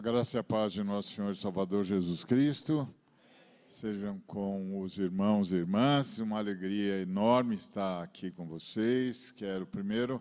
A graça e a paz de nosso Senhor e Salvador Jesus Cristo sejam com os irmãos e irmãs. Uma alegria enorme estar aqui com vocês. Quero primeiro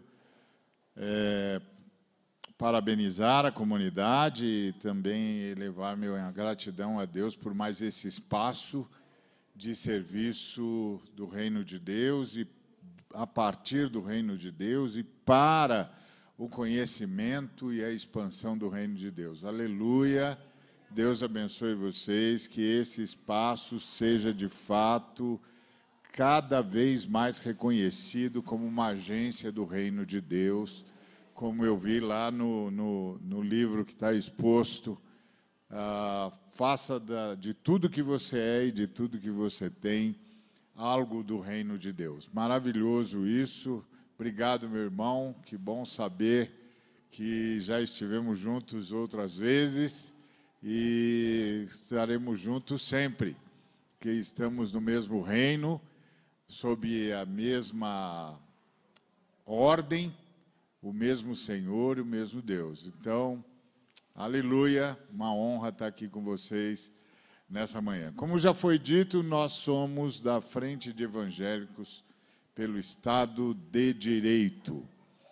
parabenizar a comunidade e também elevar minha gratidão a Deus por mais esse espaço de serviço do Reino de Deus e a partir do Reino de Deus e para o conhecimento e a expansão do Reino de Deus. Aleluia! Deus abençoe vocês, que esse espaço seja de fato cada vez mais reconhecido como uma agência do Reino de Deus, como eu vi lá no livro que está exposto. Faça de tudo que você é e de tudo que você tem algo do Reino de Deus. Maravilhoso isso. Obrigado, meu irmão. Que bom saber que já estivemos juntos outras vezes e estaremos juntos sempre, que estamos no mesmo reino, sob a mesma ordem, o mesmo Senhor e o mesmo Deus. Então, aleluia, uma honra estar aqui com vocês nessa manhã. Como já foi dito, nós somos da Frente de Evangélicos pelo Estado de Direito.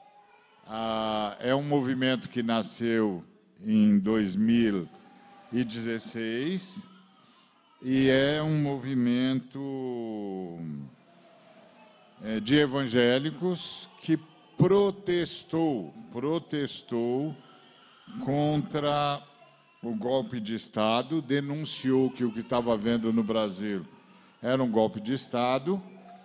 É um movimento que nasceu em 2016 e é um movimento de evangélicos que protestou contra o golpe de Estado, denunciou que o que estava havendo no Brasil era um golpe de Estado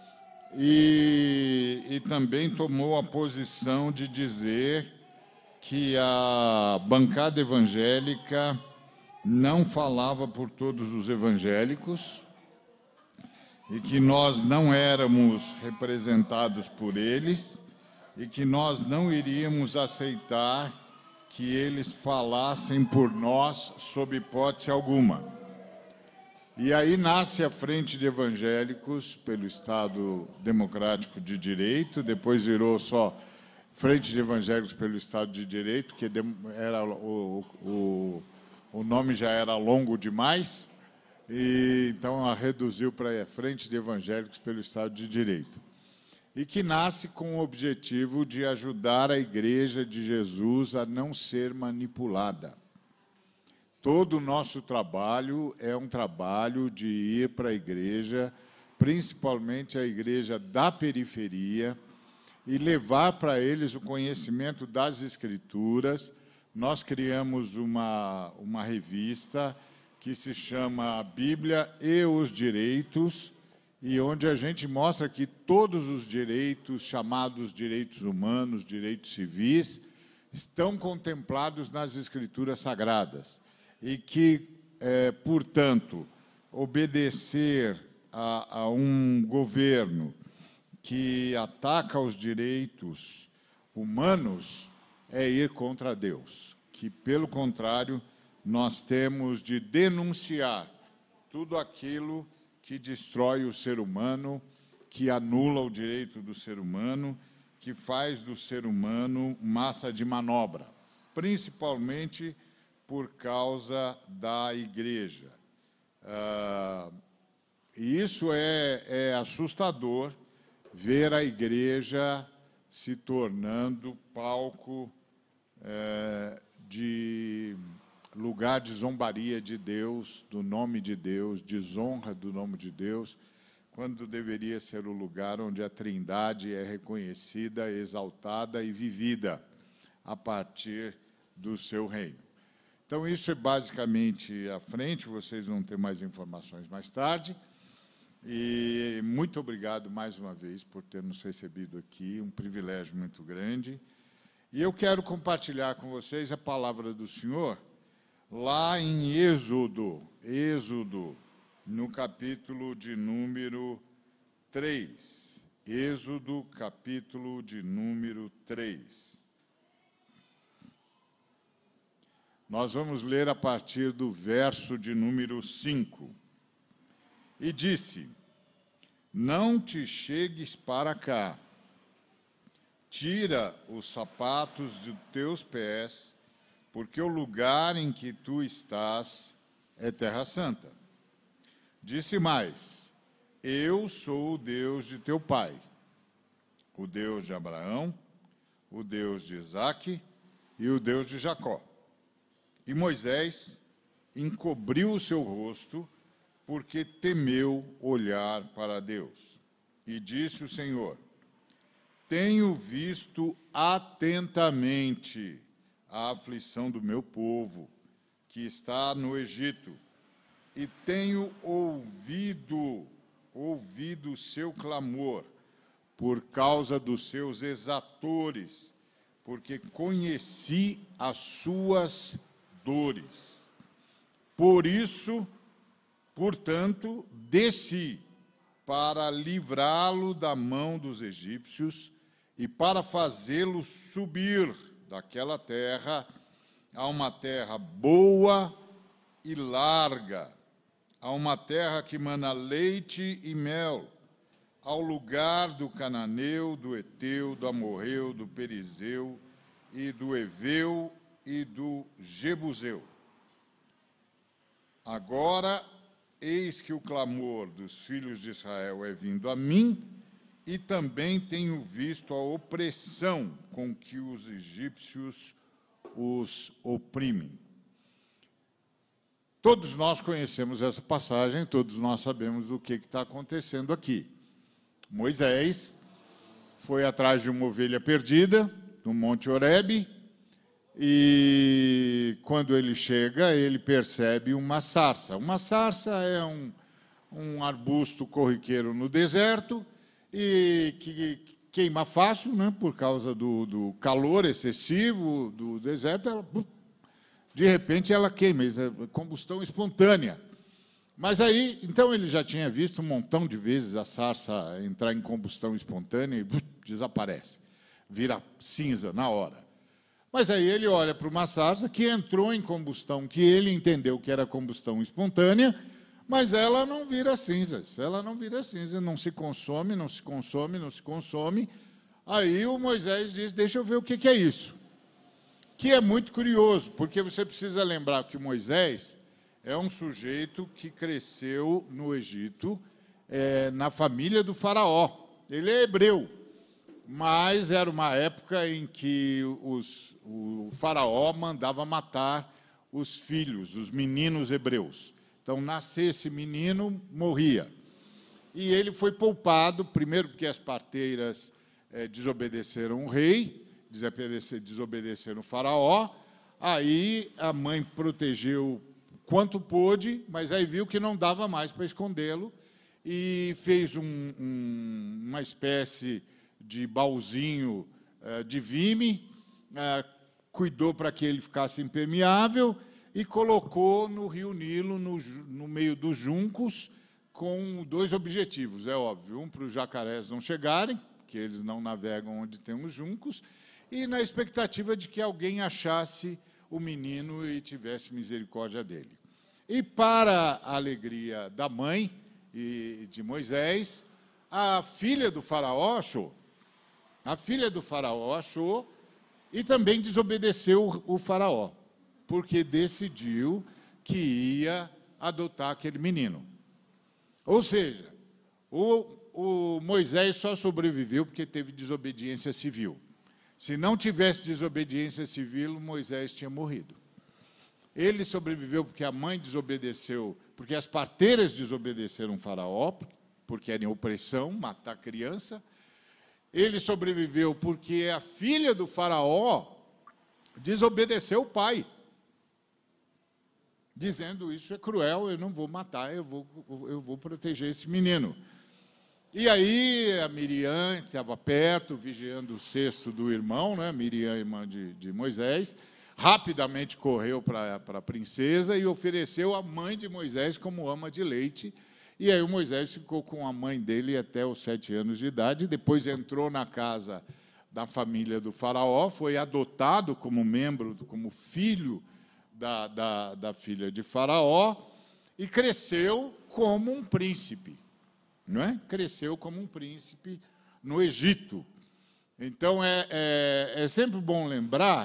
e também tomou a posição de dizer que a bancada evangélica não falava por todos os evangélicos e que nós não éramos representados por eles e que nós não iríamos aceitar que eles falassem por nós sob hipótese alguma. E aí nasce a Frente de Evangélicos pelo Estado Democrático de Direito, depois virou só Frente de Evangélicos pelo Estado de Direito, que era o nome já era longo demais, e então ela reduziu para Frente de Evangélicos pelo Estado de Direito. E que nasce com o objetivo de ajudar a Igreja de Jesus a não ser manipulada. Todo o nosso trabalho é um trabalho de ir para a igreja, principalmente a igreja da periferia, e levar para eles o conhecimento das Escrituras. Nós criamos uma revista que se chama A Bíblia e os Direitos, e onde a gente mostra que todos os direitos, chamados direitos humanos, direitos civis, estão contemplados nas Escrituras Sagradas. E que, portanto, obedecer a um governo que ataca os direitos humanos é ir contra Deus. Que, pelo contrário, nós temos de denunciar tudo aquilo que destrói o ser humano, que anula o direito do ser humano, que faz do ser humano massa de manobra, principalmente por causa da igreja. E isso é assustador, ver a igreja se tornando palco de lugar de zombaria de Deus, do nome de Deus, desonra do nome de Deus, quando deveria ser o lugar onde a Trindade é reconhecida, exaltada e vivida a partir do seu reino. Então, isso é basicamente a frente, vocês vão ter mais informações mais tarde. E muito obrigado mais uma vez por ter nos recebido aqui, um privilégio muito grande. E eu quero compartilhar com vocês a palavra do Senhor lá em Êxodo, no capítulo de número 3. Êxodo, capítulo de número 3. Nós vamos ler a partir do verso de número 5. E disse: não te chegues para cá, tira os sapatos de teus pés, porque o lugar em que tu estás é terra santa. Disse mais: eu sou o Deus de teu pai, o Deus de Abraão, o Deus de Isaque e o Deus de Jacó. E Moisés encobriu o seu rosto, porque temeu olhar para Deus. E disse o Senhor: tenho visto atentamente a aflição do meu povo, que está no Egito, e tenho ouvido o seu clamor por causa dos seus exatores, porque conheci as suas dores. Por isso, portanto, desci para livrá-lo da mão dos egípcios e para fazê-lo subir daquela terra a uma terra boa e larga, a uma terra que mana leite e mel, ao lugar do cananeu, do eteu, do amorreu, do perizeu e do eveu e do jebuseu. Agora, eis que o clamor dos filhos de Israel é vindo a mim, e também tenho visto a opressão com que os egípcios os oprimem. Todos nós conhecemos essa passagem, todos nós sabemos o que está acontecendo aqui. Moisés foi atrás de uma ovelha perdida no Monte Horebe, e quando ele chega, ele percebe uma sarça. Uma sarça é um arbusto corriqueiro no deserto e que queima fácil, né, por causa do calor excessivo do deserto. De repente ela queima, é combustão espontânea. Mas aí, então ele já tinha visto um montão de vezes a sarça entrar em combustão espontânea e desaparece, vira cinza na hora. Mas aí ele olha para uma sarça que entrou em combustão, que ele entendeu que era combustão espontânea, mas ela não vira cinzas, não se consome, não se consome, não se consome. Aí o Moisés diz: deixa eu ver o que é isso. Que é muito curioso, porque você precisa lembrar que Moisés é um sujeito que cresceu no Egito, na família do faraó. Ele é hebreu, mas era uma época em que o faraó mandava matar os filhos, os meninos hebreus. Então, nascesse menino, morria. E ele foi poupado, primeiro porque as parteiras desobedeceram o rei, desobedeceram o faraó, aí a mãe protegeu quanto pôde, mas aí viu que não dava mais para escondê-lo e fez uma espécie de baúzinho de vime, cuidou para que ele ficasse impermeável e colocou no rio Nilo, no meio dos juncos, com dois objetivos, é óbvio: um, para os jacarés não chegarem, que eles não navegam onde tem os juncos, e na expectativa de que alguém achasse o menino e tivesse misericórdia dele. E, para a alegria da mãe e de Moisés, a filha do faraó achou. A filha do faraó achou e também desobedeceu o faraó, porque decidiu que ia adotar aquele menino. Ou seja, o Moisés só sobreviveu porque teve desobediência civil. Se não tivesse desobediência civil, Moisés tinha morrido. Ele sobreviveu porque a mãe desobedeceu, porque as parteiras desobedeceram o faraó, porque era em opressão, matar criança. Ele sobreviveu porque a filha do faraó desobedeceu o pai, dizendo: isso é cruel, eu não vou matar, eu vou proteger esse menino. E aí a Miriam estava perto, vigiando o cesto do irmão, né? Miriam, irmã de Moisés, rapidamente correu para a princesa e ofereceu a mãe de Moisés como ama de leite. E aí o Moisés ficou com a mãe dele até os 7 anos de idade, depois entrou na casa da família do faraó, foi adotado como membro, como filho da filha de faraó, e cresceu como um príncipe. Não é? Cresceu como um príncipe no Egito. Então, é sempre bom lembrar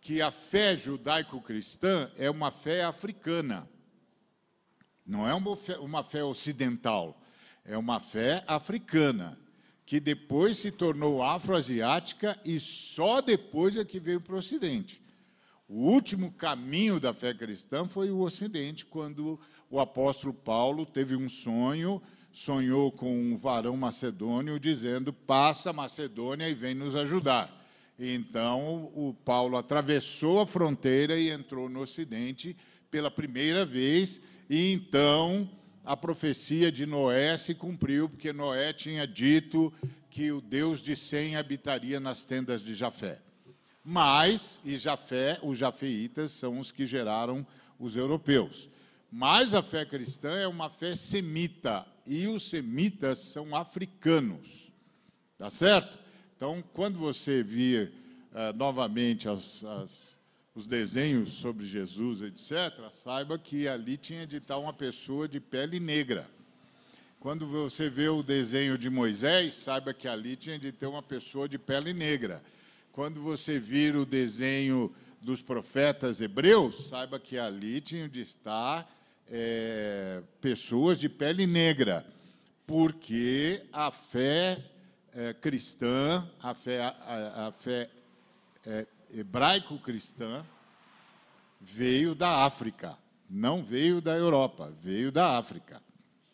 que a fé judaico-cristã é uma fé africana. Não é uma fé ocidental, é uma fé africana, que depois se tornou afroasiática e só depois é que veio para o Ocidente. O último caminho da fé cristã foi o Ocidente, quando o apóstolo Paulo teve um sonho, sonhou com um varão macedônio, dizendo, passa a Macedônia e vem nos ajudar. Então, o Paulo atravessou a fronteira e entrou no Ocidente pela primeira vez, e então a profecia de Noé se cumpriu, porque Noé tinha dito que o Deus de Sem habitaria nas tendas de Jafé. Mas, e Jafé, os jafeitas são os que geraram os europeus. Mas a fé cristã é uma fé semita, e os semitas são africanos. Tá certo? Então, quando você vir novamente os desenhos sobre Jesus, etc., saiba que ali tinha de estar uma pessoa de pele negra. Quando você vê o desenho de Moisés, saiba que ali tinha de ter uma pessoa de pele negra. Quando você vir o desenho dos profetas hebreus, saiba que ali tinham de estar pessoas de pele negra, porque a fé cristã, a fé hebraico-cristã, veio da África, não veio da Europa, veio da África.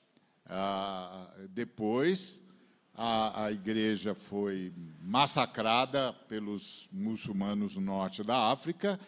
Depois, a igreja foi massacrada pelos muçulmanos no norte da África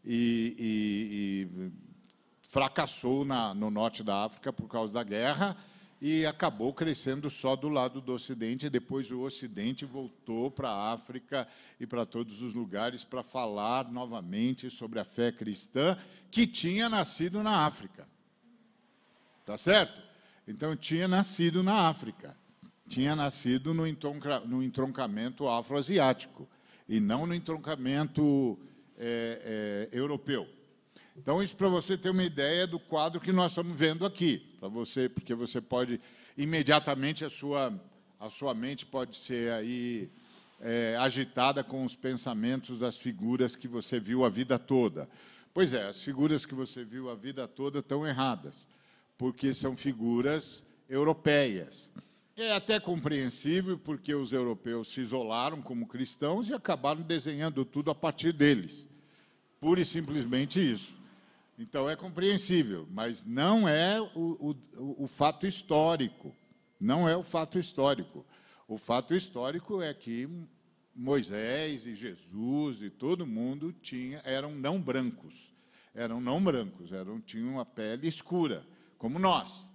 e fracassou no norte da África por causa da guerra e acabou crescendo só do lado do Ocidente, e depois o Ocidente voltou para a África e para todos os lugares para falar novamente sobre a fé cristã que tinha nascido na África. Tá certo? Então, tinha nascido na África. Tinha nascido no entroncamento afroasiático e não no entroncamento europeu. Então, isso para você ter uma ideia do quadro que nós estamos vendo aqui, porque você pode, imediatamente, a sua mente pode ser aí agitada com os pensamentos das figuras que você viu a vida toda. Pois é, as figuras que você viu a vida toda estão erradas, porque são figuras europeias. É até compreensível, porque os europeus se isolaram como cristãos e acabaram desenhando tudo a partir deles. Pura e simplesmente isso. Então, é compreensível, mas não é o fato histórico. Não é o fato histórico. O fato histórico é que Moisés e Jesus e todo mundo eram não brancos. Tinham a pele escura, como nós.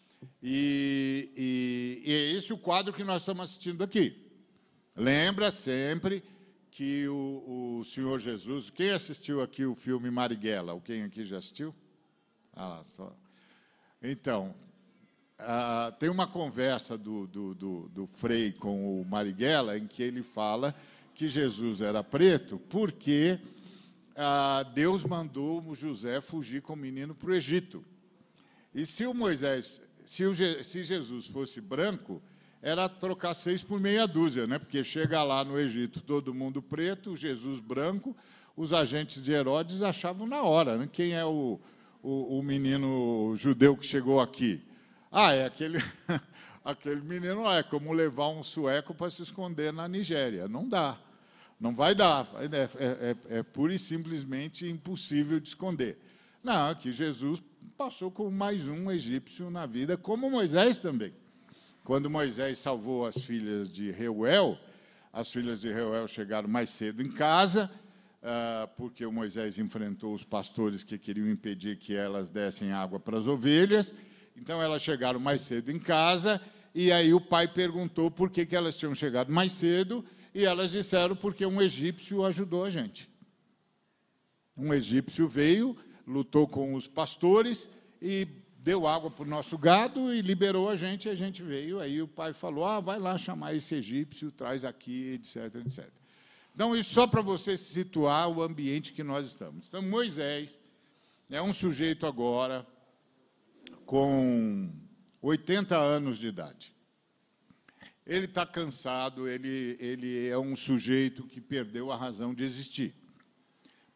E é esse o quadro que nós estamos assistindo aqui. Lembra sempre que o Senhor Jesus... Quem assistiu aqui o filme Marighella? Quem aqui já assistiu? Só. Então, tem uma conversa do Frei com o Marighella em que ele fala que Jesus era preto porque Deus mandou o José fugir com o menino para o Egito. E se Jesus fosse branco, era trocar 6 por meia dúzia, né? Porque chega lá no Egito todo mundo preto, Jesus branco, os agentes de Herodes achavam na hora, né? Quem é o menino judeu que chegou aqui? É aquele, aquele menino lá, é como levar um sueco para se esconder na Nigéria. Não dá, não vai dar, é pura e simplesmente impossível de esconder. Não, que Jesus passou como mais um egípcio na vida, como Moisés também. Quando Moisés salvou as filhas de Reuel, as filhas de Reuel chegaram mais cedo em casa, porque o Moisés enfrentou os pastores que queriam impedir que elas dessem água para as ovelhas. Então, elas chegaram mais cedo em casa, e aí o pai perguntou por que elas tinham chegado mais cedo, e elas disseram porque um egípcio ajudou a gente. Um egípcio veio, lutou com os pastores e deu água para o nosso gado e liberou a gente veio. Aí o pai falou, vai lá chamar esse egípcio, traz aqui, etc, etc. Então, isso só para você situar o ambiente que nós estamos. Então, Moisés é um sujeito agora com 80 anos de idade. Ele está cansado, ele é um sujeito que perdeu a razão de existir.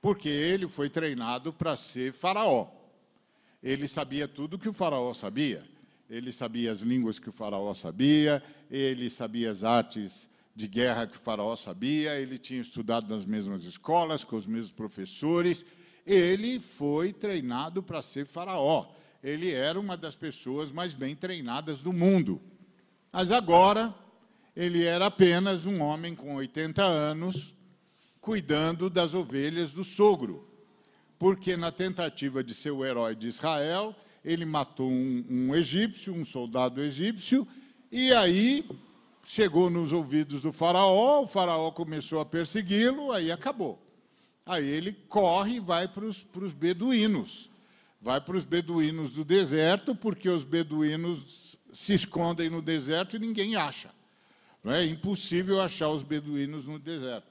porque ele foi treinado para ser faraó. Ele sabia tudo que o faraó sabia. Ele sabia as línguas que o faraó sabia, ele sabia as artes de guerra que o faraó sabia, ele tinha estudado nas mesmas escolas, com os mesmos professores. Ele foi treinado para ser faraó. Ele era uma das pessoas mais bem treinadas do mundo. Mas agora, ele era apenas um homem com 80 anos, cuidando das ovelhas do sogro. Porque, na tentativa de ser o herói de Israel, ele matou um egípcio, um soldado egípcio, e aí chegou nos ouvidos do faraó, o faraó começou a persegui-lo, aí acabou. Aí ele corre e vai para os beduínos. Vai para os beduínos do deserto, porque os beduínos se escondem no deserto e ninguém acha. Não é impossível achar os beduínos no deserto.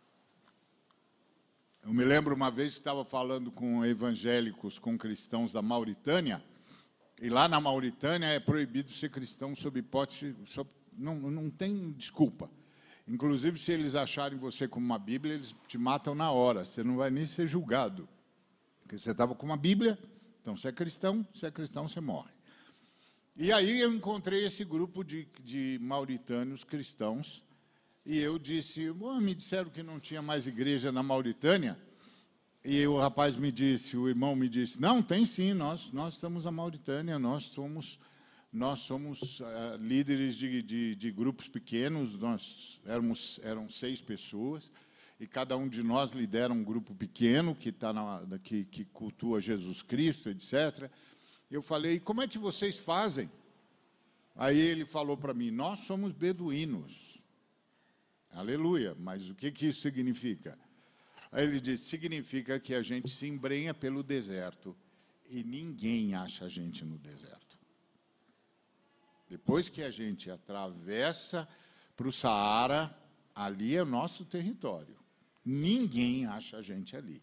Eu me lembro uma vez que estava falando com evangélicos, com cristãos da Mauritânia, e lá na Mauritânia é proibido ser cristão sob hipótese, não tem desculpa. Inclusive, se eles acharem você com uma Bíblia, eles te matam na hora, você não vai nem ser julgado. Porque você estava com uma Bíblia, então se é cristão, você morre. E aí eu encontrei esse grupo de mauritânios cristãos, e eu disse, me disseram que não tinha mais igreja na Mauritânia, e o rapaz me disse, o irmão me disse, não, tem sim, nós estamos na Mauritânia, nós somos líderes de grupos pequenos, eram 6 pessoas, e cada um de nós lidera um grupo pequeno que cultua Jesus Cristo, etc. Eu falei, como é que vocês fazem? Aí ele falou para mim, nós somos beduínos. Aleluia, mas o que isso significa? Aí ele disse, significa que a gente se embrenha pelo deserto e ninguém acha a gente no deserto. Depois que a gente atravessa para o Saara, ali é o nosso território. Ninguém acha a gente ali.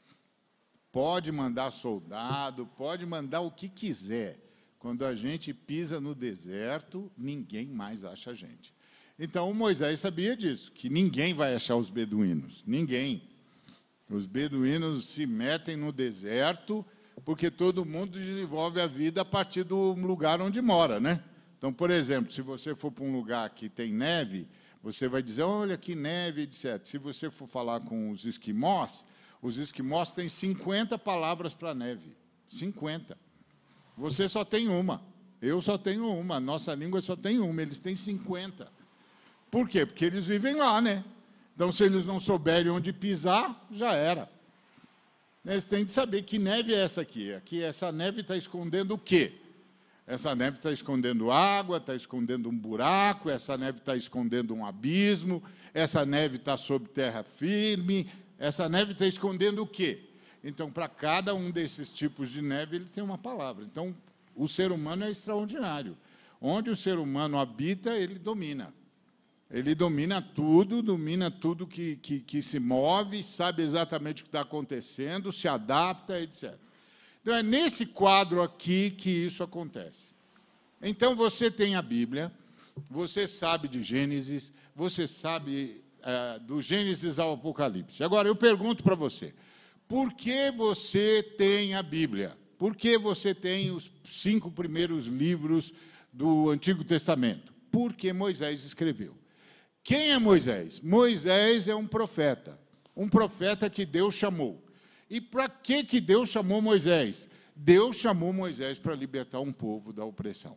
Pode mandar soldado, pode mandar o que quiser. Quando a gente pisa no deserto, ninguém mais acha a gente. Então, Moisés sabia disso, que ninguém vai achar os beduínos, ninguém. Os beduínos se metem no deserto, porque todo mundo desenvolve a vida a partir do lugar onde mora, né? Então, por exemplo, se você for para um lugar que tem neve, você vai dizer, olha que neve, etc. Se você for falar com os esquimós têm 50 palavras para neve. 50. Você só tem uma. Eu só tenho uma. A nossa língua só tem uma. Eles têm 50. Por quê? Porque eles vivem lá, né? Então, se eles não souberem onde pisar, já era. Eles têm de saber que neve é essa aqui. Aqui, essa neve está escondendo o quê? Essa neve está escondendo água, está escondendo um buraco, essa neve está escondendo um abismo, essa neve está sob terra firme, essa neve está escondendo o quê? Então, para cada um desses tipos de neve, ele tem uma palavra. Então, o ser humano é extraordinário. Onde o ser humano habita, ele domina. Ele domina tudo que se move, sabe exatamente o que está acontecendo, se adapta, etc. Então, é nesse quadro aqui que isso acontece. Então, você tem a Bíblia, você sabe de Gênesis, você sabe do Gênesis ao Apocalipse. Agora, eu pergunto para você, por que você tem a Bíblia? Por que você tem os 5 primeiros livros do Antigo Testamento? Porque Moisés escreveu. Quem é Moisés? Moisés é um profeta que Deus chamou. E para que Deus chamou Moisés? Deus chamou Moisés para libertar um povo da opressão.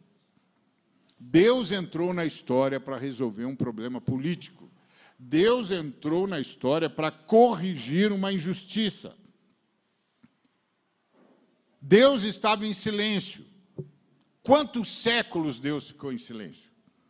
Deus entrou na história para resolver um problema político. Deus entrou na história para corrigir uma injustiça. Deus estava em silêncio. Quantos séculos Deus ficou em silêncio?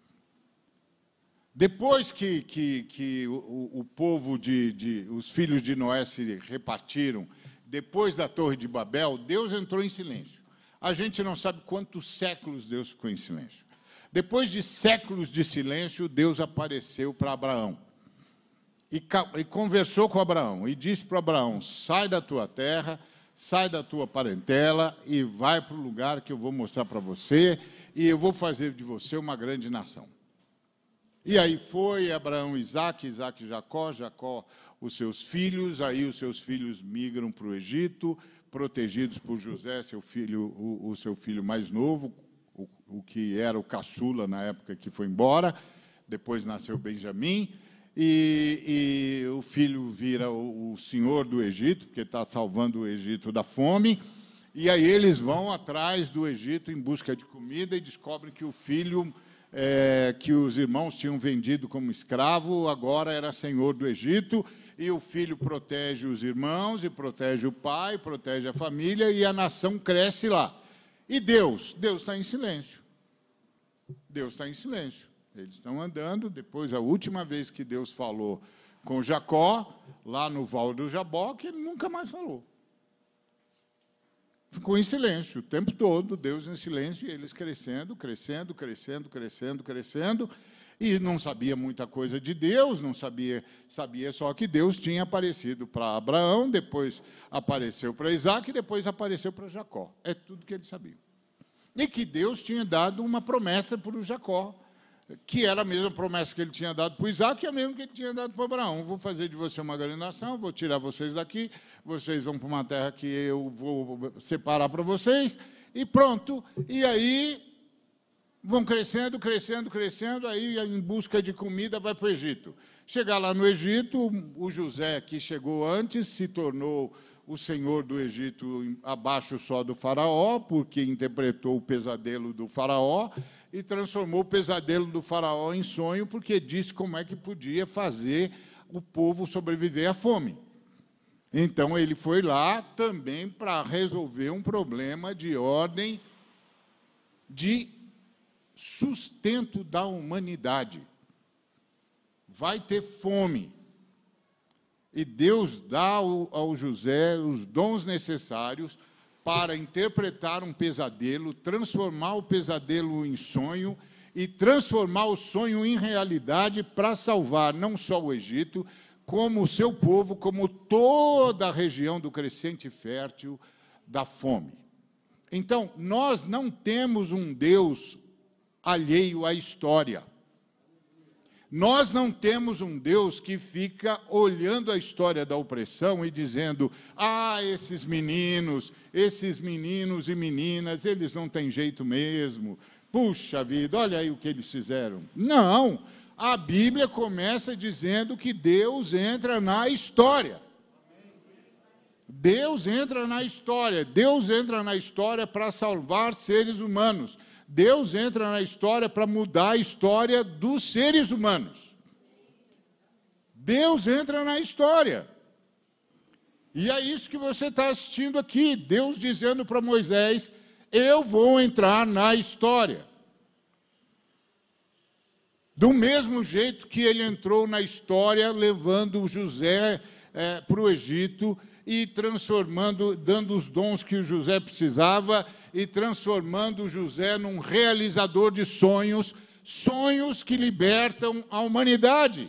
Depois que o povo os filhos de Noé se repartiram, depois da Torre de Babel, Deus entrou em silêncio. A gente não sabe quantos séculos Deus ficou em silêncio. Depois de séculos de silêncio, Deus apareceu para Abraão. E conversou com Abraão, e disse para Abraão, sai da tua terra, sai da tua parentela, e vai para o lugar que eu vou mostrar para você, e eu vou fazer de você uma grande nação. E aí foi Abraão, Isaac, Jacó, os seus filhos, aí os seus filhos migram para o Egito, protegidos por José, o seu filho mais novo, o que era o caçula na época que foi embora. Depois nasceu Benjamim, e o filho vira o senhor do Egito, porque está salvando o Egito da fome. E aí eles vão atrás do Egito em busca de comida e descobrem que o filho que os irmãos tinham vendido como escravo agora era senhor do Egito, e o filho protege os irmãos, e protege o pai, protege a família, e a nação cresce lá. E Deus está em silêncio. Deus está em silêncio. Eles estão andando. Depois, a última vez que Deus falou com Jacó, lá no Val do Jaboque, ele nunca mais falou. Ficou em silêncio o tempo todo, Deus em silêncio, e eles crescendo, e não sabia muita coisa de Deus, não sabia só que Deus tinha aparecido para Abraão, depois apareceu para Isaac, e depois apareceu para Jacó. É tudo que eles sabiam. E que Deus tinha dado uma promessa para o Jacó, que era a mesma promessa que ele tinha dado para o Isaac, e a mesma que ele tinha dado para Abraão. Vou fazer de você uma grande nação, vou tirar vocês daqui, vocês vão para uma terra que eu vou separar para vocês, e pronto. E aí vão crescendo, aí em busca de comida vai para o Egito. Chegar lá no Egito, o José, que chegou antes, se tornou o senhor do Egito abaixo só do faraó, porque interpretou o pesadelo do faraó, e transformou o pesadelo do faraó em sonho, porque disse como é que podia fazer o povo sobreviver à fome. Então, ele foi lá também para resolver um problema de ordem de sustento da humanidade. Vai ter fome. E Deus dá ao José os dons necessários para interpretar um pesadelo, transformar o pesadelo em sonho e transformar o sonho em realidade para salvar não só o Egito, como o seu povo, como toda a região do crescente fértil da fome. Então, nós não temos um Deus alheio à história. Nós não temos um Deus que fica olhando a história da opressão e dizendo: ah, esses meninos e meninas, eles não têm jeito mesmo. Puxa vida, olha aí o que eles fizeram. Não, a Bíblia começa dizendo que Deus entra na história. Deus entra na história. Deus entra na história para salvar seres humanos. Deus entra na história para mudar a história dos seres humanos. Deus entra na história. E é isso que você está assistindo aqui. Deus dizendo para Moisés: eu vou entrar na história. Do mesmo jeito que ele entrou na história, levando José para o Egito e transformando, dando os dons que o José precisava e transformando o José num realizador de sonhos, sonhos que libertam a humanidade.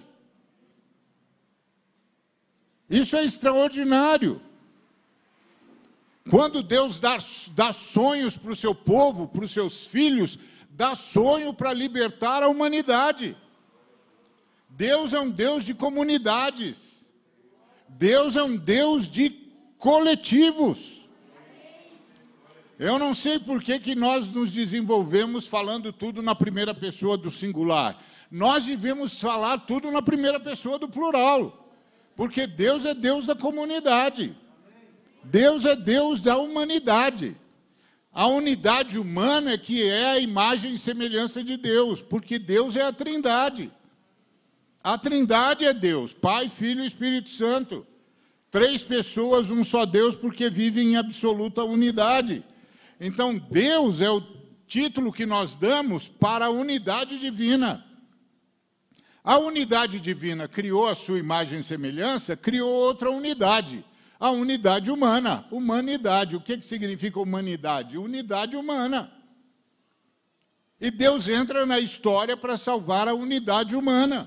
Isso é extraordinário. Quando Deus dá sonhos para o seu povo, para os seus filhos, dá sonho para libertar a humanidade. Deus é um Deus de comunidades. Deus é um Deus de coletivos. Eu não sei por que nós nos desenvolvemos falando tudo na primeira pessoa do singular. Nós devemos falar tudo na primeira pessoa do plural. Porque Deus é Deus da comunidade. Deus é Deus da humanidade. A unidade humana que é a imagem e semelhança de Deus, porque Deus é a Trindade. A Trindade é Deus, Pai, Filho e Espírito Santo. 3 pessoas, um só Deus, porque vivem em absoluta unidade. Então, Deus é o título que nós damos para a unidade divina. A unidade divina criou a sua imagem e semelhança, criou outra unidade. A unidade humana, humanidade. O que significa humanidade? Unidade humana. E Deus entra na história para salvar a unidade humana.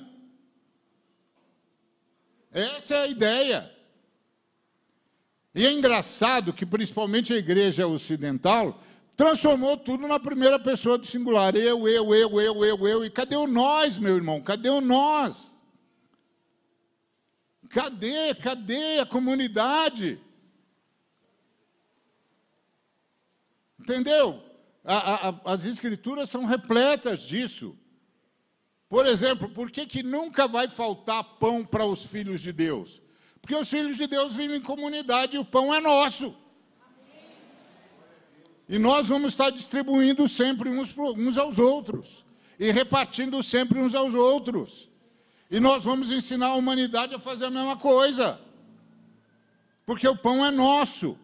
Essa é a ideia. E é engraçado que, principalmente a igreja ocidental, transformou tudo na primeira pessoa do singular. Eu. E cadê o nós, meu irmão? Cadê o nós? Cadê a comunidade? Entendeu? As Escrituras são repletas disso. Por exemplo, por que nunca vai faltar pão para os filhos de Deus? Porque os filhos de Deus vivem em comunidade e o pão é nosso. E nós vamos estar distribuindo sempre uns aos outros. E repartindo sempre uns aos outros. E nós vamos ensinar a humanidade a fazer a mesma coisa. Porque o pão é nosso.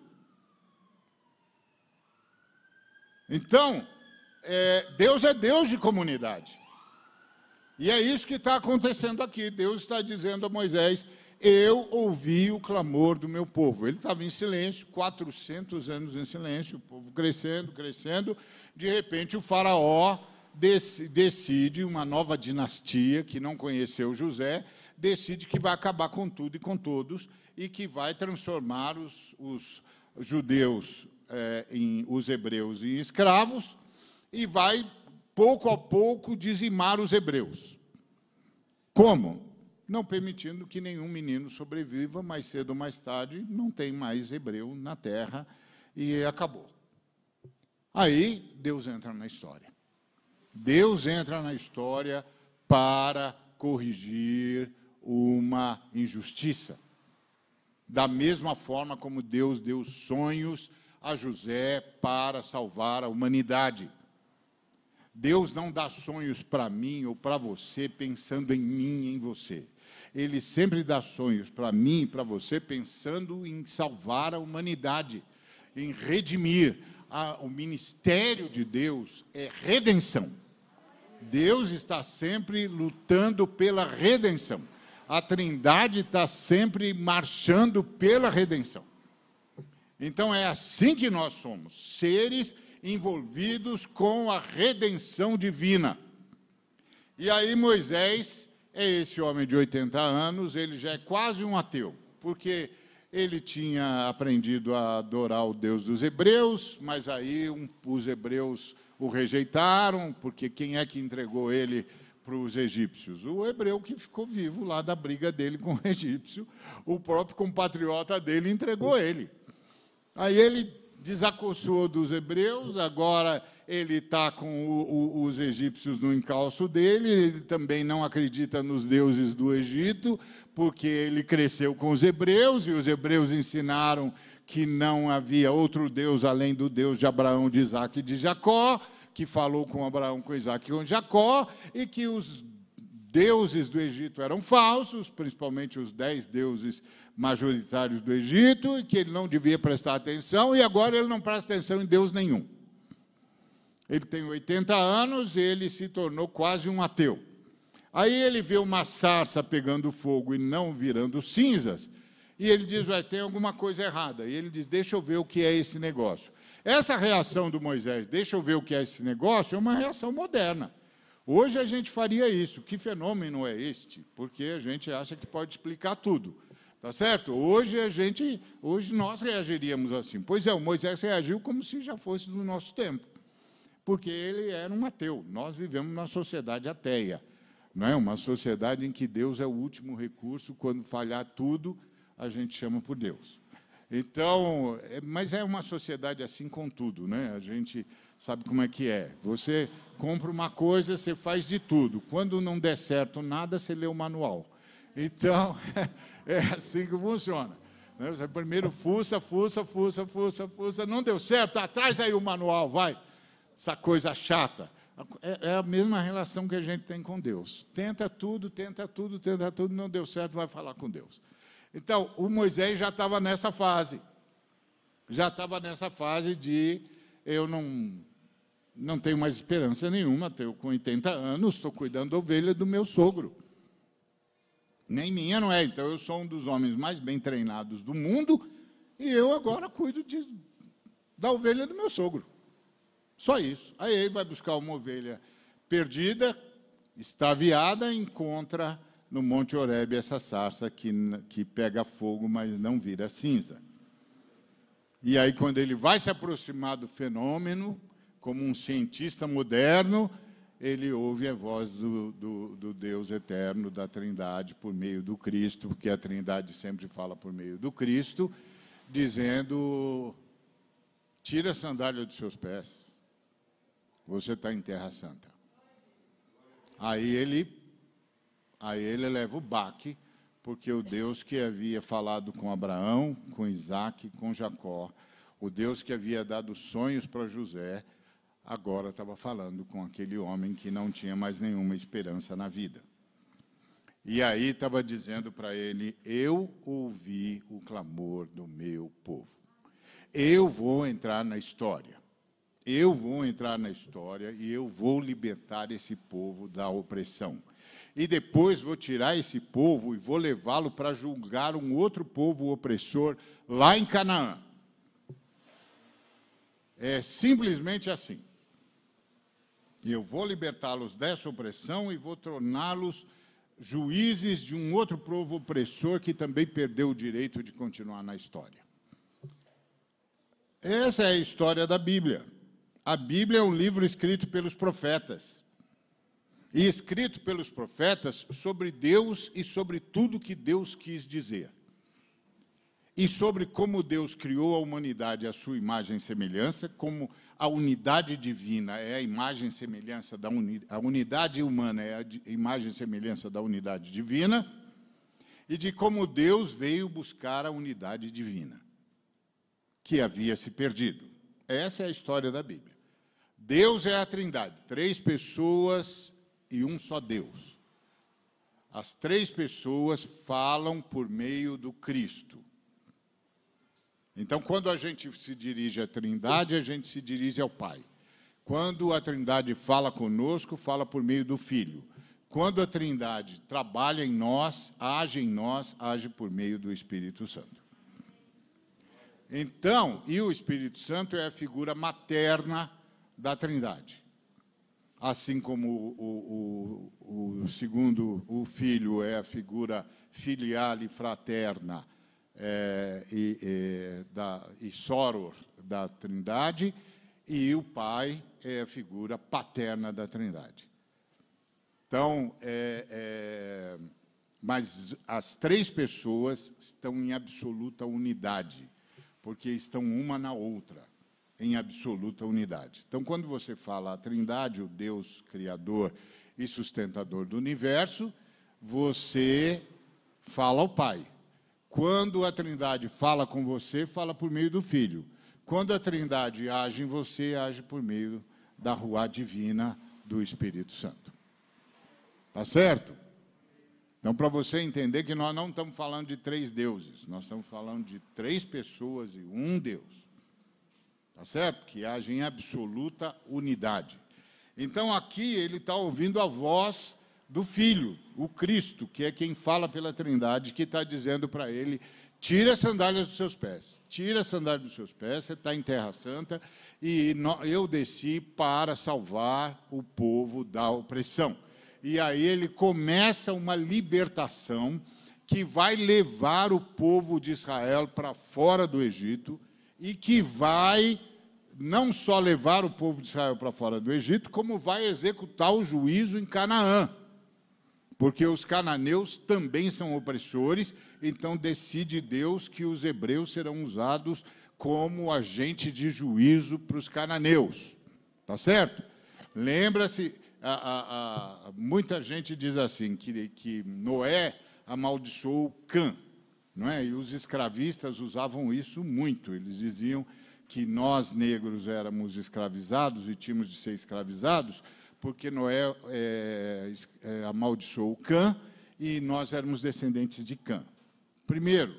Então, Deus é Deus de comunidade. E é isso que está acontecendo aqui. Deus está dizendo a Moisés, eu ouvi o clamor do meu povo. Ele estava em silêncio, 400 anos em silêncio, o povo crescendo, crescendo. De repente, o faraó decide, uma nova dinastia que não conheceu José, decide que vai acabar com tudo e com todos, e que vai transformar os judeus, os hebreus em escravos, e vai, pouco a pouco, dizimar os hebreus. Como? Não permitindo que nenhum menino sobreviva, mais cedo ou mais tarde, não tem mais hebreu na terra, e acabou. Aí, Deus entra na história. Deus entra na história para corrigir uma injustiça. Da mesma forma como Deus deu sonhos a José para salvar a humanidade. Deus não dá sonhos para mim ou para você pensando em mim e em você. Ele sempre dá sonhos para mim e para você pensando em salvar a humanidade, em redimir. O ministério de Deus é redenção. Deus está sempre lutando pela redenção. A Trindade está sempre marchando pela redenção. Então, é assim que nós somos, seres envolvidos com a redenção divina. E aí Moisés é esse homem de 80 anos, ele já é quase um ateu, porque ele tinha aprendido a adorar o Deus dos hebreus, mas aí os hebreus o rejeitaram, porque quem é que entregou ele para os egípcios? O hebreu que ficou vivo lá da briga dele com o egípcio, o próprio compatriota dele entregou ele. Aí ele desacossou dos hebreus, agora ele está com os egípcios no encalço dele, ele também não acredita nos deuses do Egito, porque ele cresceu com os hebreus, e os hebreus ensinaram que não havia outro Deus além do Deus de Abraão, de Isaque e de Jacó, que falou com Abraão, com Isaque e com Jacó, e que os deuses do Egito eram falsos, principalmente os 10 deuses majoritários do Egito, e que ele não devia prestar atenção, e agora ele não presta atenção em Deus nenhum. Ele tem 80 anos e ele se tornou quase um ateu. Aí ele vê uma sarça pegando fogo e não virando cinzas, e ele diz, tem alguma coisa errada. E ele diz, deixa eu ver o que é esse negócio. Essa reação do Moisés, deixa eu ver o que é esse negócio, é uma reação moderna. Hoje a gente faria isso. Que fenômeno é este? Porque a gente acha que pode explicar tudo. Tá certo? Hoje nós reagiríamos assim. Pois é, o Moisés reagiu como se já fosse do nosso tempo. Porque ele era um ateu. Nós vivemos numa sociedade ateia. Não é? Uma sociedade em que Deus é o último recurso, quando falhar tudo, a gente chama por Deus. Então, mas é uma sociedade assim com tudo, né? A gente sabe como é que é. Você compra uma coisa, você faz de tudo. Quando não der certo nada, você lê o manual. Então, é assim que funciona. Você primeiro fuça, não deu certo, traz aí o manual, vai. Essa coisa chata. É a mesma relação que a gente tem com Deus. Tenta tudo, não deu certo, vai falar com Deus. Então, o Moisés já estava nessa fase. Já estava nessa fase de eu não tenho mais esperança nenhuma, estou com 80 anos, estou cuidando da ovelha do meu sogro. Nem minha não é, então eu sou um dos homens mais bem treinados do mundo e eu agora cuido da ovelha do meu sogro. Só isso. Aí ele vai buscar uma ovelha perdida, extraviada, encontra no Monte Horebe essa sarça que pega fogo, mas não vira cinza. E aí, quando ele vai se aproximar do fenômeno, como um cientista moderno, ele ouve a voz do Deus eterno, da Trindade, por meio do Cristo, porque a Trindade sempre fala por meio do Cristo, dizendo: tira a sandália dos seus pés, você está em terra santa. Aí ele leva o baque, porque o Deus que havia falado com Abraão, com Isaac, com Jacó, o Deus que havia dado sonhos para José, agora estava falando com aquele homem que não tinha mais nenhuma esperança na vida. E aí estava dizendo para ele: eu ouvi o clamor do meu povo. Eu vou entrar na história. Eu vou entrar na história e eu vou libertar esse povo da opressão. E depois vou tirar esse povo e vou levá-lo para julgar um outro povo opressor lá em Canaã. É simplesmente assim. Eu vou libertá-los dessa opressão e vou torná-los juízes de um outro povo opressor que também perdeu o direito de continuar na história. Essa é a história da Bíblia. A Bíblia é um livro escrito pelos profetas. E escrito pelos profetas sobre Deus e sobre tudo que Deus quis dizer. E sobre como Deus criou a humanidade à sua imagem e semelhança, como a unidade divina é a imagem e semelhança da a unidade humana é a imagem e semelhança da unidade divina, e de como Deus veio buscar a unidade divina, que havia se perdido. Essa é a história da Bíblia. Deus é a Trindade, 3 pessoas e um só Deus. As 3 pessoas falam por meio do Cristo. Então, quando a gente se dirige à Trindade, a gente se dirige ao Pai. Quando a Trindade fala conosco, fala por meio do Filho. Quando a Trindade trabalha em nós, age por meio do Espírito Santo. Então, e o Espírito Santo é a figura materna da Trindade. Assim como o Filho é a figura filial e fraterna, e soror da Trindade, e o Pai é a figura paterna da Trindade. Então, mas as 3 pessoas estão em absoluta unidade, porque estão uma na outra, em absoluta unidade. Então, quando você fala a Trindade, o Deus Criador e sustentador do universo, você fala ao Pai. Quando a Trindade fala com você, fala por meio do Filho. Quando a Trindade age em você, age por meio da ruá divina do Espírito Santo. Tá certo? Então, para você entender que nós não estamos falando de 3 deuses, nós estamos falando de 3 pessoas e um Deus. Tá certo? Que agem em absoluta unidade. Então, aqui ele está ouvindo a voz do Filho, o Cristo, que é quem fala pela Trindade, que está dizendo para ele: tira as sandálias dos seus pés, tira as sandálias dos seus pés, você está em Terra Santa, e eu desci para salvar o povo da opressão. E aí ele começa uma libertação que vai levar o povo de Israel para fora do Egito, e que vai não só levar o povo de Israel para fora do Egito, como vai executar o juízo em Canaã. Porque os cananeus também são opressores, então decide Deus que os hebreus serão usados como agente de juízo para os cananeus. Tá certo? Lembra-se, muita gente diz assim, que Noé amaldiçoou Cã, não é? E os escravistas usavam isso muito. Eles diziam que nós, negros, éramos escravizados e tínhamos de ser escravizados, porque Noé amaldiçoou Cã e nós éramos descendentes de Cã. Primeiro,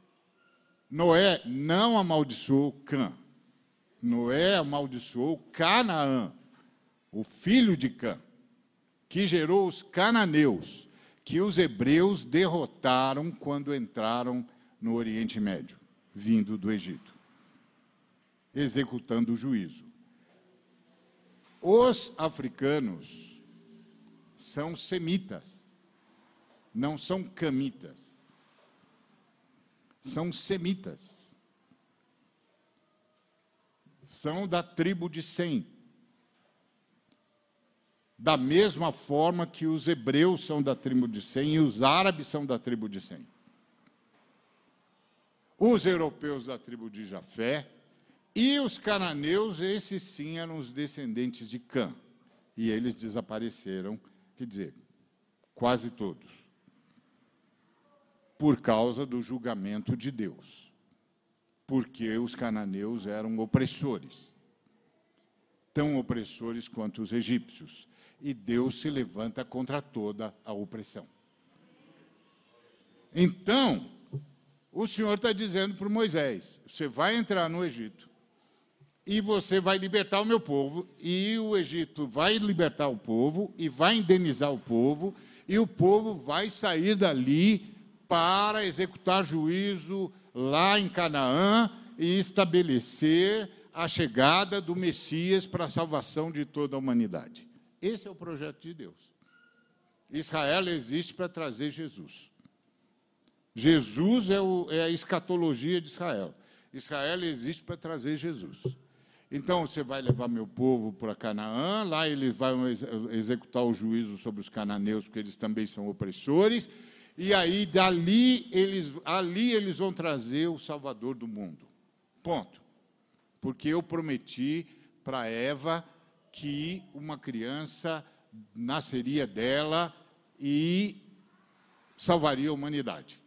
Noé não amaldiçoou Cã. Noé amaldiçoou Canaã, o filho de Cã, que gerou os cananeus, que os hebreus derrotaram quando entraram no Oriente Médio, vindo do Egito, executando o juízo. Os africanos são semitas, não são camitas, são semitas. São da tribo de Sem. Da mesma forma que os hebreus são da tribo de Sem e os árabes são da tribo de Sem. Os europeus da tribo de Jafé e os cananeus, esses sim eram os descendentes de Cã. E eles desapareceram, quer dizer, quase todos, por causa do julgamento de Deus. Porque os cananeus eram opressores, tão opressores quanto os egípcios. E Deus se levanta contra toda a opressão. Então, o Senhor está dizendo para Moisés, você vai entrar no Egito, e você vai libertar o meu povo, e o Egito vai libertar o povo, e vai indenizar o povo, e o povo vai sair dali para executar juízo lá em Canaã e estabelecer a chegada do Messias para a salvação de toda a humanidade. Esse é o projeto de Deus. Israel existe para trazer Jesus. Jesus é a escatologia de Israel. Israel existe para trazer Jesus. Então, você vai levar meu povo para Canaã, lá eles vão executar o juízo sobre os cananeus, porque eles também são opressores, e aí, ali eles vão trazer o Salvador do mundo. Ponto. Porque eu prometi para Eva que uma criança nasceria dela e salvaria a humanidade.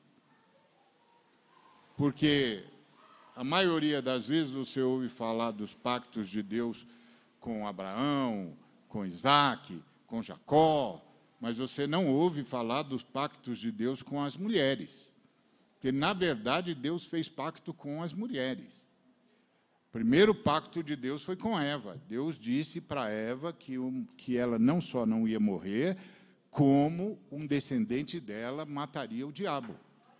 Porque a maioria das vezes você ouve falar dos pactos de Deus com Abraão, com Isaac, com Jacó, mas você não ouve falar dos pactos de Deus com as mulheres. Porque, na verdade, Deus fez pacto com as mulheres. O primeiro pacto de Deus foi com Eva. Deus disse para Eva que ela não só não ia morrer, como um descendente dela mataria o diabo.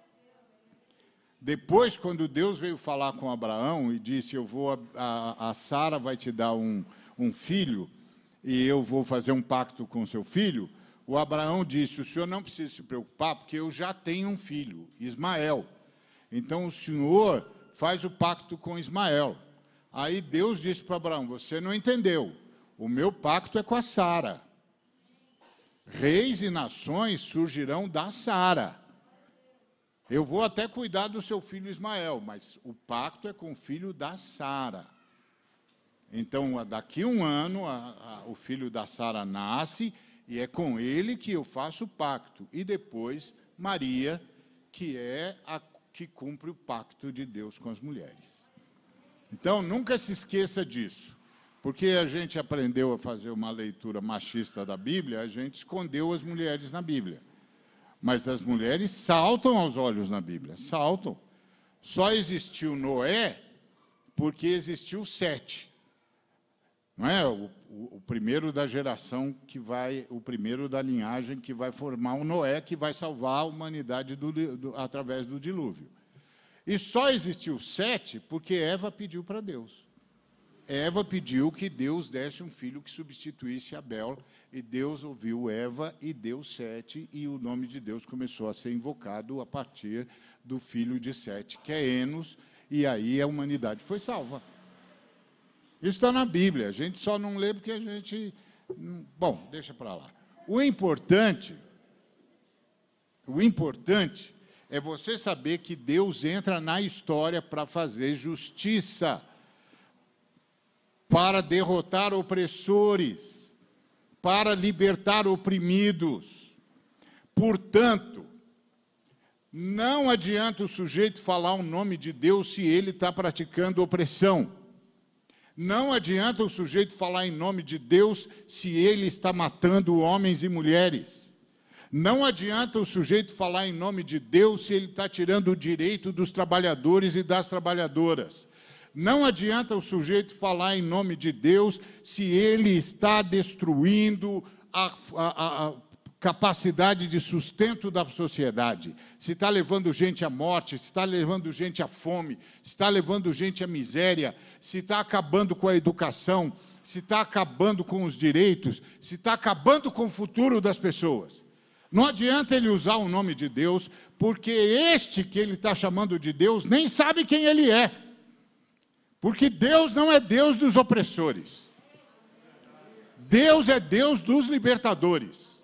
Depois, quando Deus veio falar com Abraão e disse, a Sara vai te dar um filho, e eu vou fazer um pacto com seu filho, o Abraão disse, o senhor não precisa se preocupar, porque eu já tenho um filho, Ismael. Então, o senhor faz o pacto com Ismael. Aí Deus disse para Abraão, você não entendeu, o meu pacto é com a Sara. Reis e nações surgirão da Sara. Eu vou até cuidar do seu filho Ismael, mas o pacto é com o filho da Sara. Então, daqui a um ano, o filho da Sara nasce, e é com ele que eu faço o pacto. E depois, Maria, que é a que cumpre o pacto de Deus com as mulheres. Então, nunca se esqueça disso. Porque a gente aprendeu a fazer uma leitura machista da Bíblia, a gente escondeu as mulheres na Bíblia. Mas as mulheres saltam aos olhos na Bíblia, saltam. Só existiu Noé porque existiu Sete. Não é? O primeiro da geração o primeiro da linhagem que vai formar o Noé, que vai salvar a humanidade através do dilúvio. E só existiu Sete porque Eva pediu para Deus. Eva pediu que Deus desse um filho que substituísse Abel, e Deus ouviu Eva e deu Sete, e o nome de Deus começou a ser invocado a partir do filho de Sete, que é Enos, e aí a humanidade foi salva. Isso está na Bíblia, a gente só não lê porque a gente... Bom, deixa para lá. O importante é você saber que Deus entra na história para fazer justiça, para derrotar opressores, para libertar oprimidos. Portanto, não adianta o sujeito falar o nome de Deus se ele está praticando opressão. Não adianta o sujeito falar em nome de Deus se ele está matando homens e mulheres. Não adianta o sujeito falar em nome de Deus se ele está tirando o direito dos trabalhadores e das trabalhadoras. Não adianta o sujeito falar em nome de Deus se ele está destruindo a capacidade de sustento da sociedade, se está levando gente à morte, se está levando gente à fome, se está levando gente à miséria, se está acabando com a educação, se está acabando com os direitos, se está acabando com o futuro das pessoas. Não adianta ele usar o nome de Deus, porque este que ele está chamando de Deus nem sabe quem ele é. Porque Deus não é Deus dos opressores. Deus é Deus dos libertadores.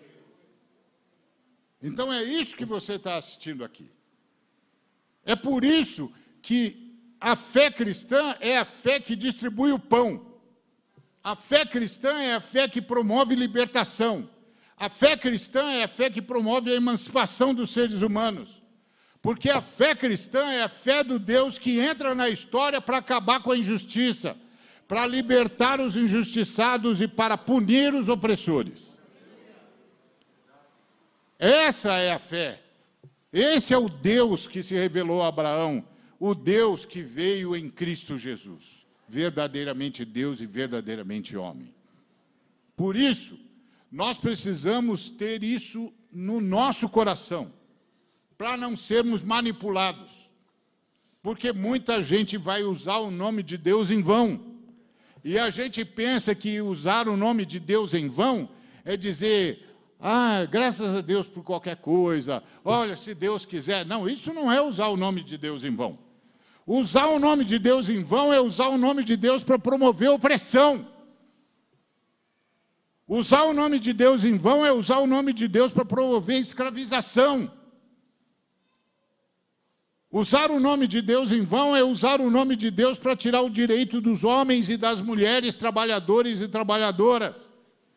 Então é isso que você está assistindo aqui. É por isso que a fé cristã é a fé que distribui o pão. A fé cristã é a fé que promove libertação. A fé cristã é a fé que promove a emancipação dos seres humanos. Porque a fé cristã é a fé do Deus que entra na história para acabar com a injustiça, para libertar os injustiçados e para punir os opressores. Essa é a fé. Esse é o Deus que se revelou a Abraão, o Deus que veio em Cristo Jesus, verdadeiramente Deus e verdadeiramente homem. Por isso, nós precisamos ter isso no nosso coração, para não sermos manipulados, porque muita gente vai usar o nome de Deus em vão, e a gente pensa que usar o nome de Deus em vão é dizer, graças a Deus por qualquer coisa, olha, se Deus quiser. Não, isso não é usar o nome de Deus em vão. Usar o nome de Deus em vão é usar o nome de Deus para promover opressão. Usar o nome de Deus em vão é usar o nome de Deus para promover escravização. Usar o nome de Deus em vão é usar o nome de Deus para tirar o direito dos homens e das mulheres, trabalhadores e trabalhadoras.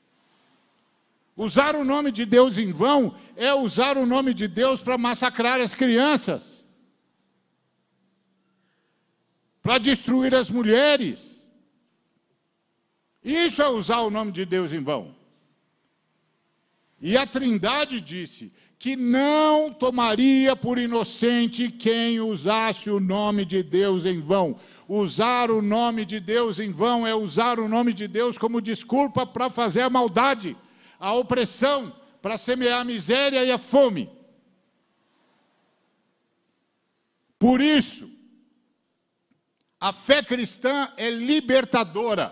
Usar o nome de Deus em vão é usar o nome de Deus para massacrar as crianças, para destruir as mulheres. Isso é usar o nome de Deus em vão. E a Trindade disse que não tomaria por inocente quem usasse o nome de Deus em vão. Usar o nome de Deus em vão é usar o nome de Deus como desculpa para fazer a maldade, a opressão, para semear a miséria e a fome. Por isso, a fé cristã é libertadora.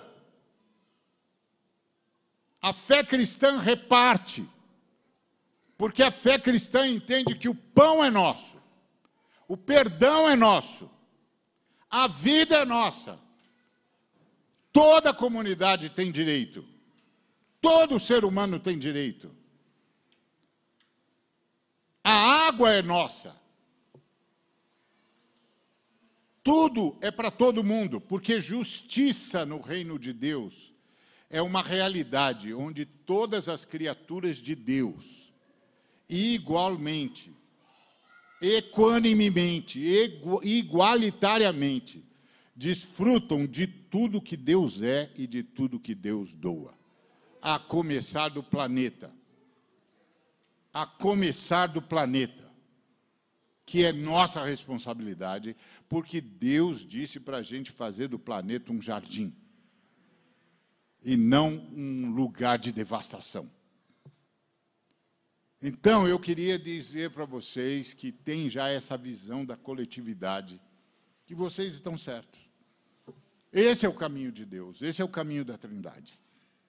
A fé cristã reparte, porque a fé cristã entende que o pão é nosso, o perdão é nosso, a vida é nossa. Toda a comunidade tem direito, todo ser humano tem direito. A água é nossa. Tudo é para todo mundo, porque justiça no reino de Deus é uma realidade onde todas as criaturas de Deus, igualmente, equanimemente, igualitariamente, desfrutam de tudo que Deus é e de tudo que Deus doa, a começar do planeta. A começar do planeta, que é nossa responsabilidade, porque Deus disse para a gente fazer do planeta um jardim, e não um lugar de devastação. Então, eu queria dizer para vocês que tem já essa visão da coletividade, que vocês estão certos. Esse é o caminho de Deus, esse é o caminho da Trindade.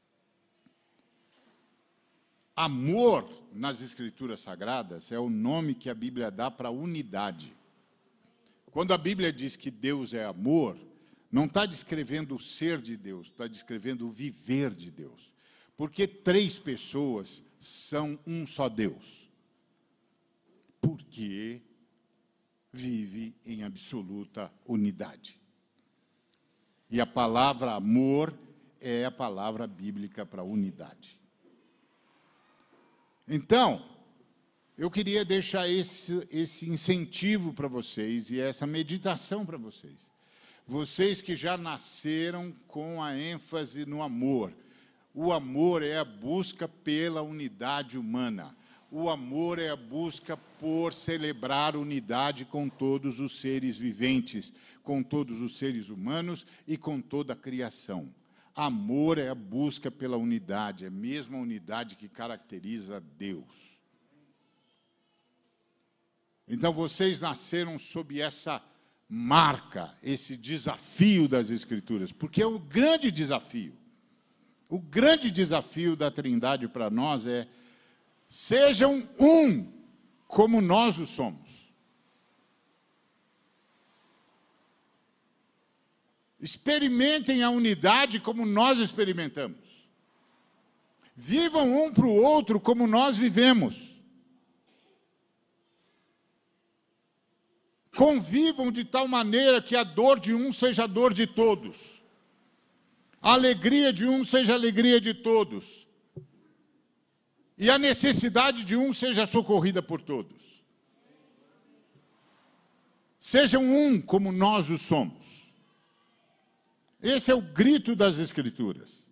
Amor, nas Escrituras Sagradas, é o nome que a Bíblia dá para a unidade. Quando a Bíblia diz que Deus é amor, não está descrevendo o ser de Deus, está descrevendo o viver de Deus. Porque 3 pessoas são um só Deus. Porque vive em absoluta unidade. E a palavra amor é a palavra bíblica para unidade. Então, eu queria deixar esse incentivo para vocês e essa meditação para vocês. Vocês que já nasceram com a ênfase no amor. O amor é a busca pela unidade humana. O amor é a busca por celebrar unidade com todos os seres viventes, com todos os seres humanos e com toda a criação. Amor é a busca pela unidade, é a mesma unidade que caracteriza Deus. Então, vocês nasceram sob essa marca, esse desafio das Escrituras, porque é um grande desafio. O grande desafio da Trindade para nós é: sejam um, como nós o somos. Experimentem a unidade como nós experimentamos. Vivam um para o outro como nós vivemos. Convivam de tal maneira que a dor de um seja a dor de todos. A alegria de um seja a alegria de todos. E a necessidade de um seja socorrida por todos. Sejam um como nós o somos. Esse é o grito das Escrituras.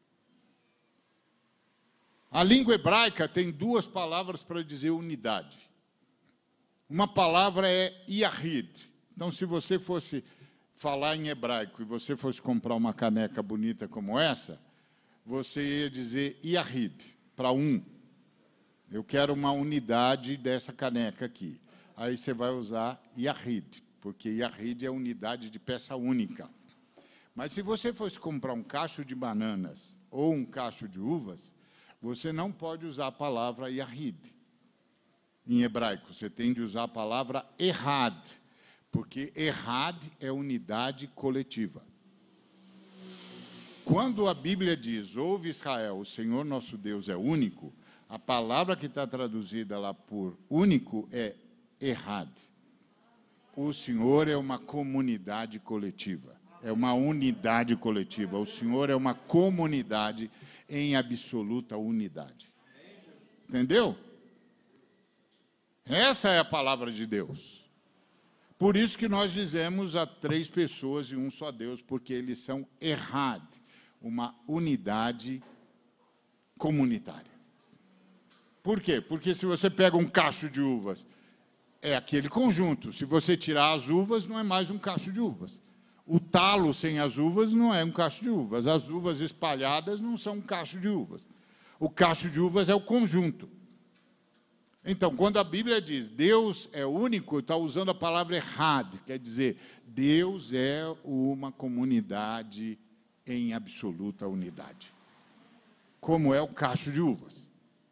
A língua hebraica tem duas palavras para dizer unidade. Uma palavra é Yahid. Então, se você fosse falar em hebraico e você fosse comprar uma caneca bonita como essa, você ia dizer Yahid, para um. Eu quero uma unidade dessa caneca aqui. Aí você vai usar Yahid, porque Yahid é unidade de peça única. Mas se você fosse comprar um cacho de bananas ou um cacho de uvas, você não pode usar a palavra Yahid. Em hebraico, você tem de usar a palavra Errad, porque Errad é unidade coletiva. Quando a Bíblia diz, ouve Israel, o Senhor nosso Deus é único, a palavra que está traduzida lá por único é Errad. O Senhor é uma comunidade coletiva, é uma unidade coletiva. O Senhor é uma comunidade em absoluta unidade. Entendeu? Essa é a palavra de Deus. Por isso que nós dizemos a três pessoas e um só Deus, porque eles são Errad, uma unidade comunitária. Por quê? Porque se você pega um cacho de uvas, é aquele conjunto. Se você tirar as uvas, não é mais um cacho de uvas. O talo sem as uvas não é um cacho de uvas. As uvas espalhadas não são um cacho de uvas. O cacho de uvas é o conjunto. Então, quando a Bíblia diz Deus é único, está usando a palavra Errad, quer dizer, Deus é uma comunidade em absoluta unidade. Como é o cacho de uvas.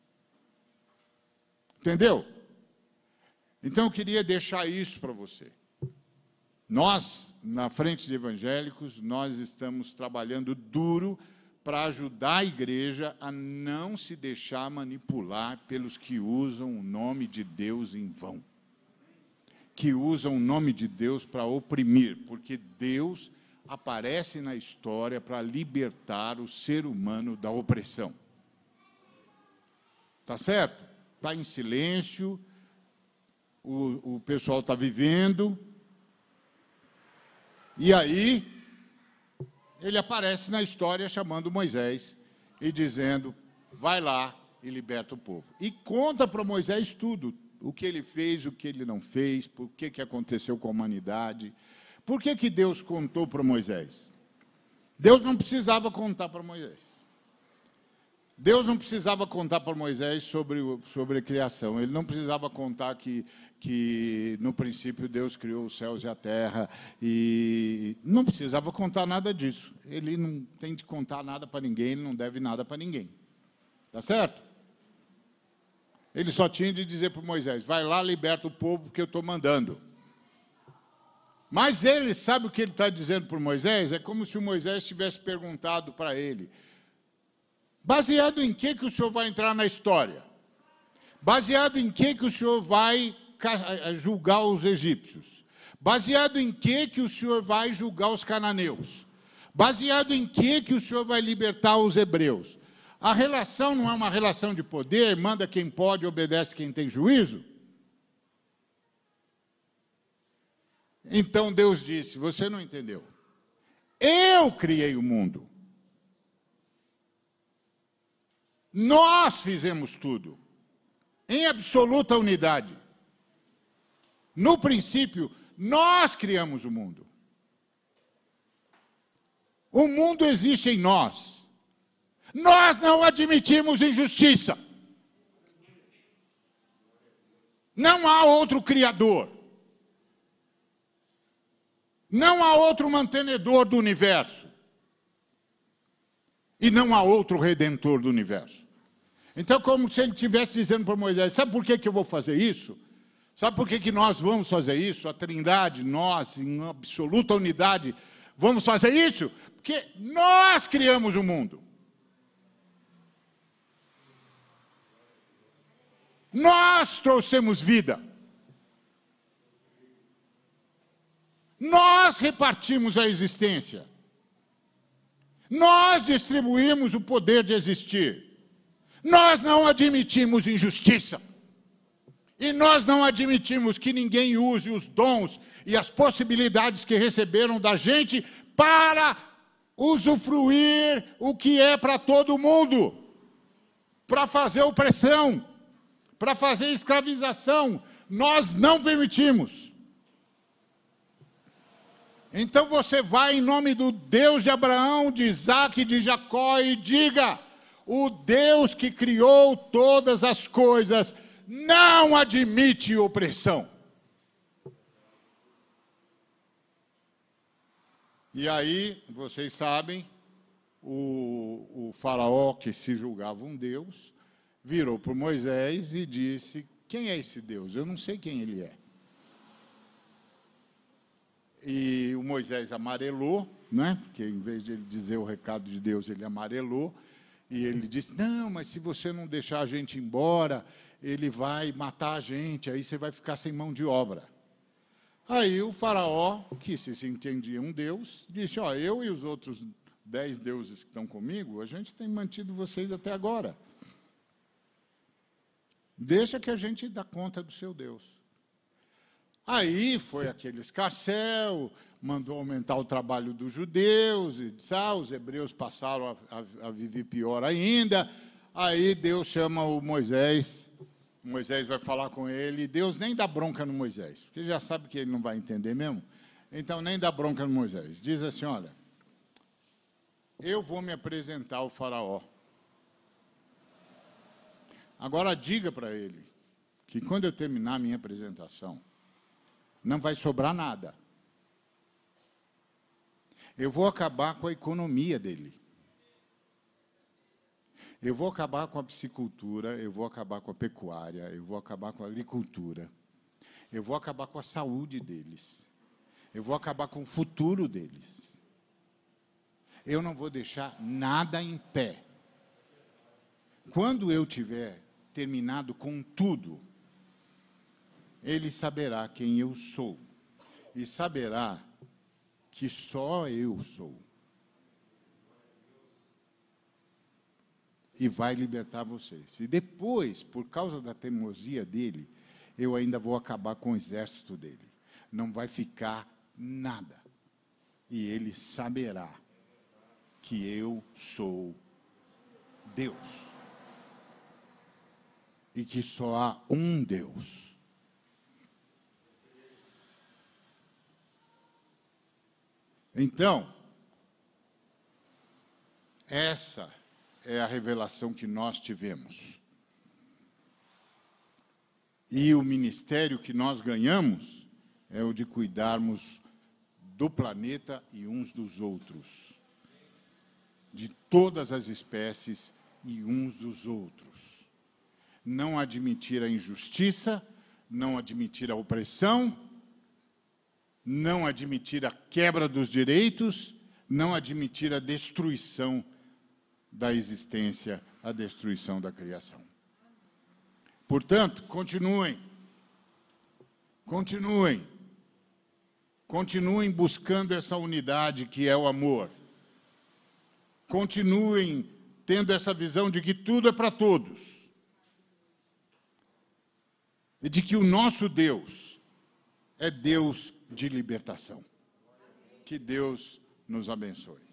Entendeu? Então, eu queria deixar isso para você. Nós, na frente de evangélicos, nós estamos trabalhando duro para ajudar a igreja a não se deixar manipular pelos que usam o nome de Deus em vão. Que usam o nome de Deus para oprimir, porque Deus aparece na história para libertar o ser humano da opressão. Tá certo? Está em silêncio, o pessoal está vivendo, e aí ele aparece na história chamando Moisés e dizendo, vai lá e liberta o povo. E conta para Moisés tudo, o que ele fez, o que ele não fez, por que aconteceu com a humanidade. Por que Deus contou para Moisés? Deus não precisava contar para Moisés. Deus não precisava contar para Moisés sobre a criação. Ele não precisava contar que no princípio Deus criou os céus e a terra. E não precisava contar nada disso. Ele não tem de contar nada para ninguém, ele não deve nada para ninguém. Tá certo? Ele só tinha de dizer para Moisés, vai lá, liberta o povo que eu estou mandando. Mas ele, sabe o que ele está dizendo para Moisés? É como se o Moisés tivesse perguntado para ele, baseado em que o senhor vai entrar na história? Baseado em que o senhor vai julgar os egípcios? Baseado em que o senhor vai julgar os cananeus? Baseado em que o senhor vai libertar os hebreus? A relação não é uma relação de poder, manda quem pode, obedece quem tem juízo? Então Deus disse, você não entendeu. Eu criei o mundo. Nós fizemos tudo, em absoluta unidade. No princípio, nós criamos o mundo. O mundo existe em nós. Nós não admitimos injustiça. Não há outro Criador. Não há outro mantenedor do universo. E não há outro redentor do universo. Então, como se ele estivesse dizendo para Moisés, sabe por que eu vou fazer isso? Sabe por que nós vamos fazer isso? A Trindade, nós, em absoluta unidade, vamos fazer isso? Porque nós criamos o mundo. Nós trouxemos vida. Nós repartimos a existência. Nós distribuímos o poder de existir. Nós não admitimos injustiça. E nós não admitimos que ninguém use os dons e as possibilidades que receberam da gente para usufruir o que é para todo mundo, para fazer opressão, para fazer escravização. Nós não permitimos. Então você vai em nome do Deus de Abraão, de Isaac e de Jacó e diga: o Deus que criou todas as coisas não admite opressão. E aí, vocês sabem, o faraó, que se julgava um Deus, virou para Moisés e disse: quem é esse Deus? Eu não sei quem ele é. E o Moisés amarelou, né? Porque em vez de ele dizer o recado de Deus, ele amarelou. E ele disse: não, mas se você não deixar a gente embora, ele vai matar a gente, aí você vai ficar sem mão de obra. Aí o faraó, que se entendia um Deus, disse: ó, eu e os outros 10 deuses que estão comigo, a gente tem mantido vocês até agora. Deixa que a gente dá conta do seu Deus. Aí foi aquele escarcéu, mandou aumentar o trabalho dos judeus, e disse: os hebreus passaram a viver pior ainda. Aí Deus chama o Moisés vai falar com ele, e Deus nem dá bronca no Moisés, porque já sabe que ele não vai entender mesmo, então nem dá bronca no Moisés. Diz assim: olha, eu vou me apresentar ao faraó. Agora diga para ele que quando eu terminar a minha apresentação, não vai sobrar nada. Eu vou acabar com a economia dele. Eu vou acabar com a piscicultura, eu vou acabar com a pecuária, eu vou acabar com a agricultura. Eu vou acabar com a saúde deles. Eu vou acabar com o futuro deles. Eu não vou deixar nada em pé. Quando eu tiver terminado com tudo, ele saberá quem eu sou, e saberá que só eu sou. E vai libertar vocês. E depois, por causa da teimosia dele, eu ainda vou acabar com o exército dele. Não vai ficar nada. E ele saberá que eu sou Deus. E que só há um Deus. Então, essa é a revelação que nós tivemos. E o ministério que nós ganhamos é o de cuidarmos do planeta e uns dos outros. De todas as espécies e uns dos outros. Não admitir a injustiça, não admitir a opressão, não admitir a quebra dos direitos, não admitir a destruição da existência, a destruição da criação. Portanto, continuem buscando essa unidade que é o amor. Continuem tendo essa visão de que tudo é para todos. E de que o nosso Deus é Deus de libertação. Que Deus nos abençoe.